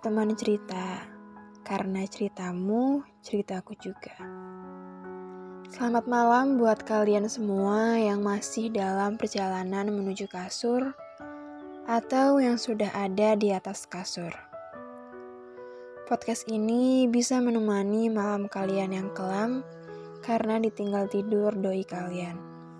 teman cerita, karena ceritamu, ceritaku juga. Selamat malam buat kalian semua yang masih dalam perjalanan menuju kasur atau yang sudah ada di atas kasur. Podcast ini bisa menemani malam kalian yang kelam karena ditinggal tidur doi kalian.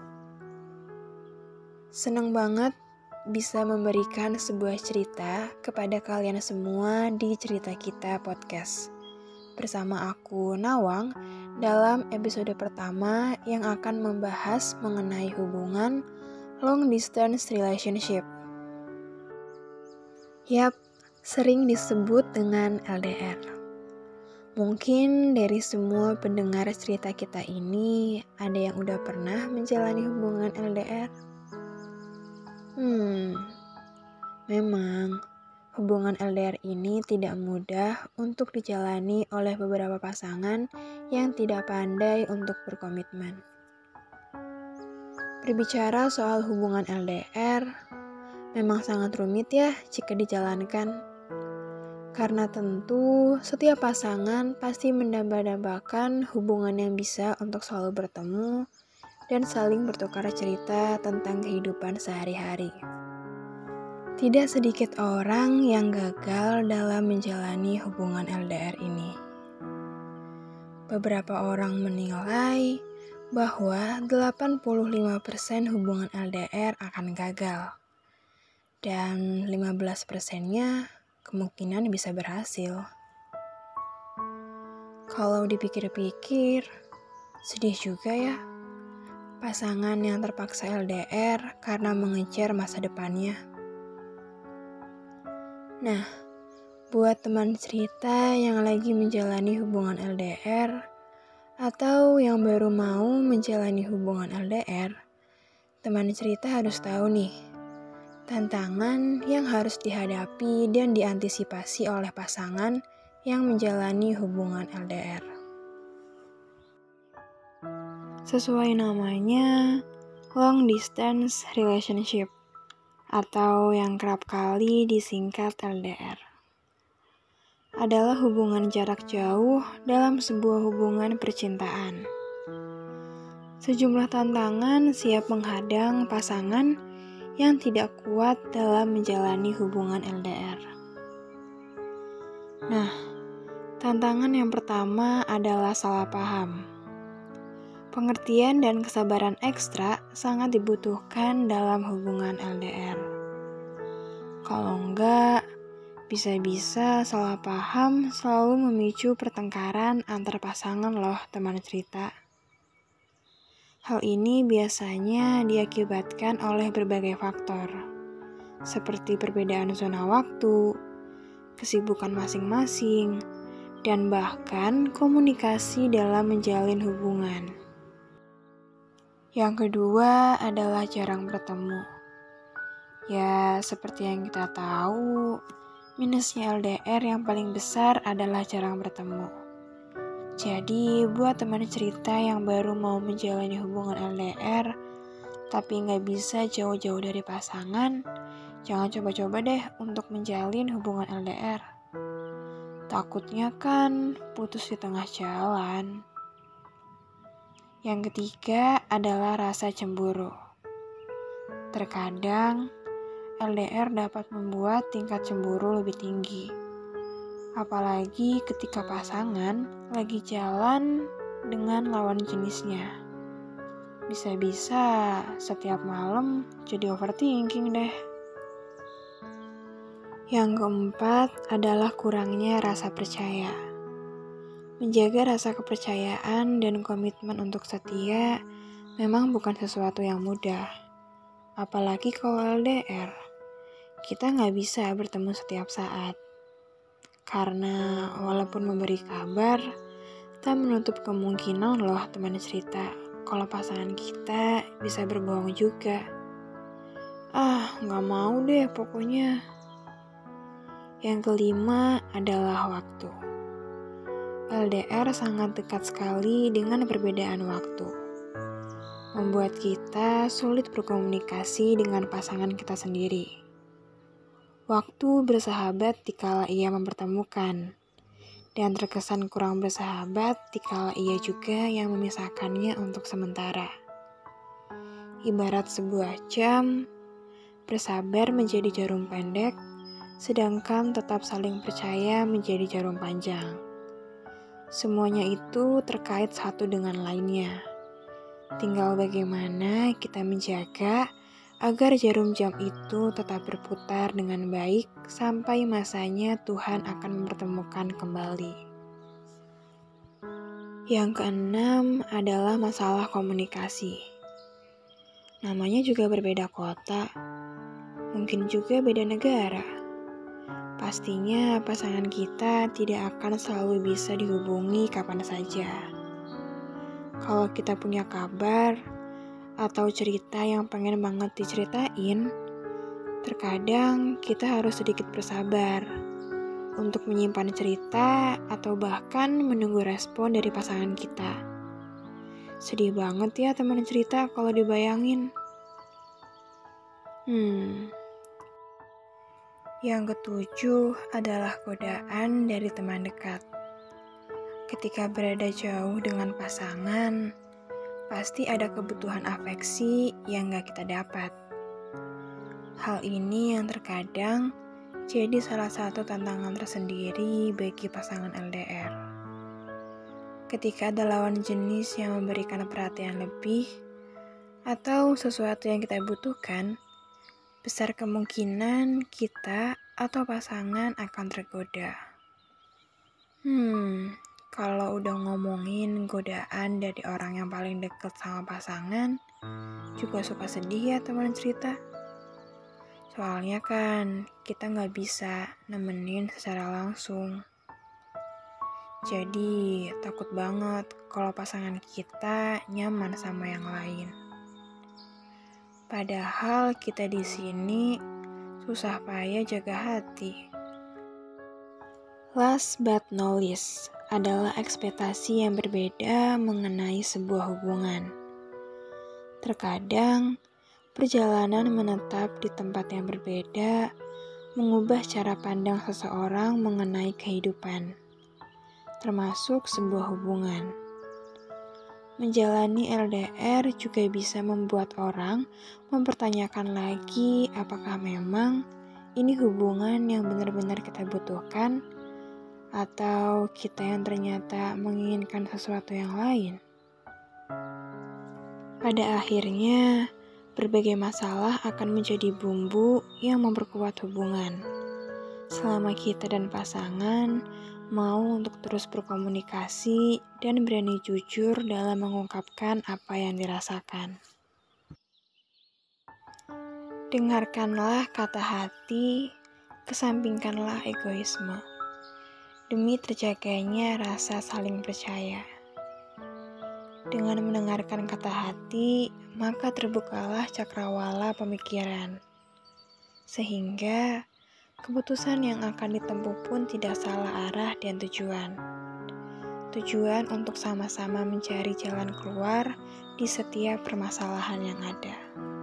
Seneng banget bisa memberikan sebuah cerita kepada kalian semua di Cerita Kita Podcast. Bersama aku, Nawang, dalam episode pertama yang akan membahas mengenai hubungan long distance relationship. Yap, sering disebut dengan LDR. Mungkin dari semua pendengar cerita kita ini, ada yang udah pernah menjalani hubungan LDR? Memang hubungan LDR ini tidak mudah untuk dijalani oleh beberapa pasangan yang tidak pandai untuk berkomitmen. Berbicara soal hubungan LDR, memang sangat rumit ya jika dijalankan. Karena tentu setiap pasangan pasti mendamba-dambakan hubungan yang bisa untuk selalu bertemu dan saling bertukar cerita tentang kehidupan sehari-hari. Tidak sedikit orang yang gagal dalam menjalani hubungan LDR ini. Beberapa orang menilai bahwa 85% hubungan LDR akan gagal. Dan 15%-nya kemungkinan bisa berhasil. Kalau dipikir-pikir, sedih juga ya. Pasangan yang terpaksa LDR karena mengejar masa depannya. Nah, buat teman cerita yang lagi menjalani hubungan LDR atau yang baru mau menjalani hubungan LDR, teman cerita harus tahu nih, tantangan yang harus dihadapi dan diantisipasi oleh pasangan yang menjalani hubungan LDR. Sesuai namanya, long distance relationship, atau yang kerap kali disingkat LDR. Adalah hubungan jarak jauh dalam sebuah hubungan percintaan. Sejumlah tantangan siap menghadang pasangan yang tidak kuat dalam menjalani hubungan LDR. Nah, tantangan yang pertama adalah salah paham. Pengertian dan kesabaran ekstra sangat dibutuhkan dalam hubungan LDR. Kalau enggak, bisa-bisa salah paham selalu memicu pertengkaran antar pasangan loh teman cerita. Hal ini biasanya diakibatkan oleh berbagai faktor, seperti perbedaan zona waktu, kesibukan masing-masing, dan bahkan komunikasi dalam menjalin hubungan. Yang kedua adalah jarang bertemu. Ya, seperti yang kita tahu, minusnya LDR yang paling besar adalah jarang bertemu. Jadi, buat teman cerita yang baru mau menjalani hubungan LDR, tapi nggak bisa jauh-jauh dari pasangan, jangan coba-coba deh untuk menjalin hubungan LDR. Takutnya kan putus di tengah jalan. Yang ketiga adalah rasa cemburu. Terkadang, LDR dapat membuat tingkat cemburu lebih tinggi. Apalagi ketika pasangan lagi jalan dengan lawan jenisnya. Bisa-bisa setiap malam jadi overthinking deh. Yang keempat adalah kurangnya rasa percaya. Menjaga rasa kepercayaan dan komitmen untuk setia memang bukan sesuatu yang mudah. Apalagi kalau LDR, kita nggak bisa bertemu setiap saat. Karena walaupun memberi kabar, tak menutup kemungkinan loh teman cerita kalau pasangan kita bisa berbohong juga. Nggak mau deh pokoknya. Yang kelima adalah waktu. LDR sangat dekat sekali dengan perbedaan waktu. Membuat kita sulit berkomunikasi dengan pasangan kita sendiri. Waktu bersahabat dikala ia mempertemukan, dan terkesan kurang bersahabat dikala ia juga yang memisahkannya untuk sementara. Ibarat sebuah jam, bersabar menjadi jarum pendek, sedangkan tetap saling percaya menjadi jarum panjang. Semuanya itu terkait satu dengan lainnya. Tinggal bagaimana kita menjaga agar jarum jam itu tetap berputar dengan baik sampai masanya Tuhan akan mempertemukan kembali. Yang keenam adalah masalah komunikasi. Namanya juga berbeda kota, mungkin juga beda negara. Pastinya pasangan kita tidak akan selalu bisa dihubungi kapan saja. Kalau kita punya kabar atau cerita yang pengen banget diceritain, terkadang kita harus sedikit bersabar untuk menyimpan cerita atau bahkan menunggu respon dari pasangan kita. Sedih banget ya teman cerita kalau dibayangin. Yang ketujuh adalah godaan dari teman dekat. Ketika berada jauh dengan pasangan, pasti ada kebutuhan afeksi yang gak kita dapat. Hal ini yang terkadang jadi salah satu tantangan tersendiri bagi pasangan LDR. Ketika ada lawan jenis yang memberikan perhatian lebih atau sesuatu yang kita butuhkan, besar kemungkinan kita atau pasangan akan tergoda. Kalau udah ngomongin godaan dari orang yang paling dekat sama pasangan, juga suka sedih ya teman cerita. Soalnya kan kita gak bisa nemenin secara langsung. Jadi takut banget kalau pasangan kita nyaman sama yang lain. Padahal kita di sini susah payah jaga hati. Last but not least adalah ekspektasi yang berbeda mengenai sebuah hubungan. Terkadang, perjalanan menetap di tempat yang berbeda mengubah cara pandang seseorang mengenai kehidupan, termasuk sebuah hubungan. Menjalani LDR juga bisa membuat orang mempertanyakan lagi apakah memang ini hubungan yang benar-benar kita butuhkan atau kita yang ternyata menginginkan sesuatu yang lain. Pada akhirnya, berbagai masalah akan menjadi bumbu yang memperkuat hubungan. Selama kita dan pasangan mau untuk terus berkomunikasi dan berani jujur dalam mengungkapkan apa yang dirasakan. Dengarkanlah kata hati, kesampingkanlah egoisme, demi terjaganya rasa saling percaya. Dengan mendengarkan kata hati, maka terbukalah cakrawala pemikiran, sehingga keputusan yang akan ditempuh pun tidak salah arah dan tujuan. Tujuan untuk sama-sama mencari jalan keluar di setiap permasalahan yang ada.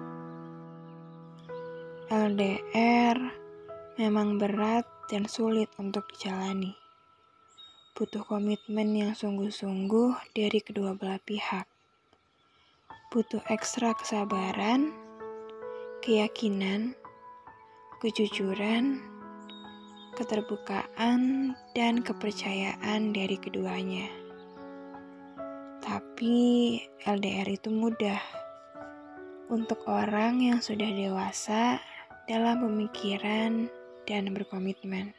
LDR memang berat dan sulit untuk dijalani. Butuh komitmen yang sungguh-sungguh dari kedua belah pihak. Butuh ekstra kesabaran, keyakinan, kejujuran, keterbukaan, dan kepercayaan dari keduanya. Tapi LDR itu mudah untuk orang yang sudah dewasa dalam pemikiran dan berkomitmen.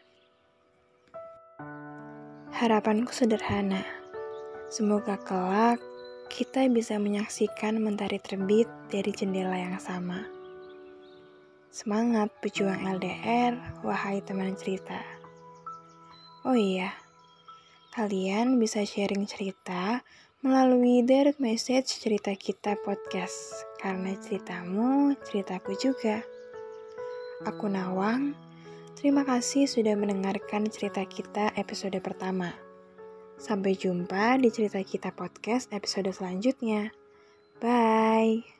Harapanku sederhana, semoga kelak kita bisa menyaksikan mentari terbit dari jendela yang sama. Semangat pejuang LDR, wahai teman cerita. Oh iya, kalian bisa sharing cerita melalui direct message cerita kita podcast, karena ceritamu, ceritaku juga. Aku Nawang, terima kasih sudah mendengarkan cerita kita episode pertama. Sampai jumpa di cerita kita podcast episode selanjutnya. Bye!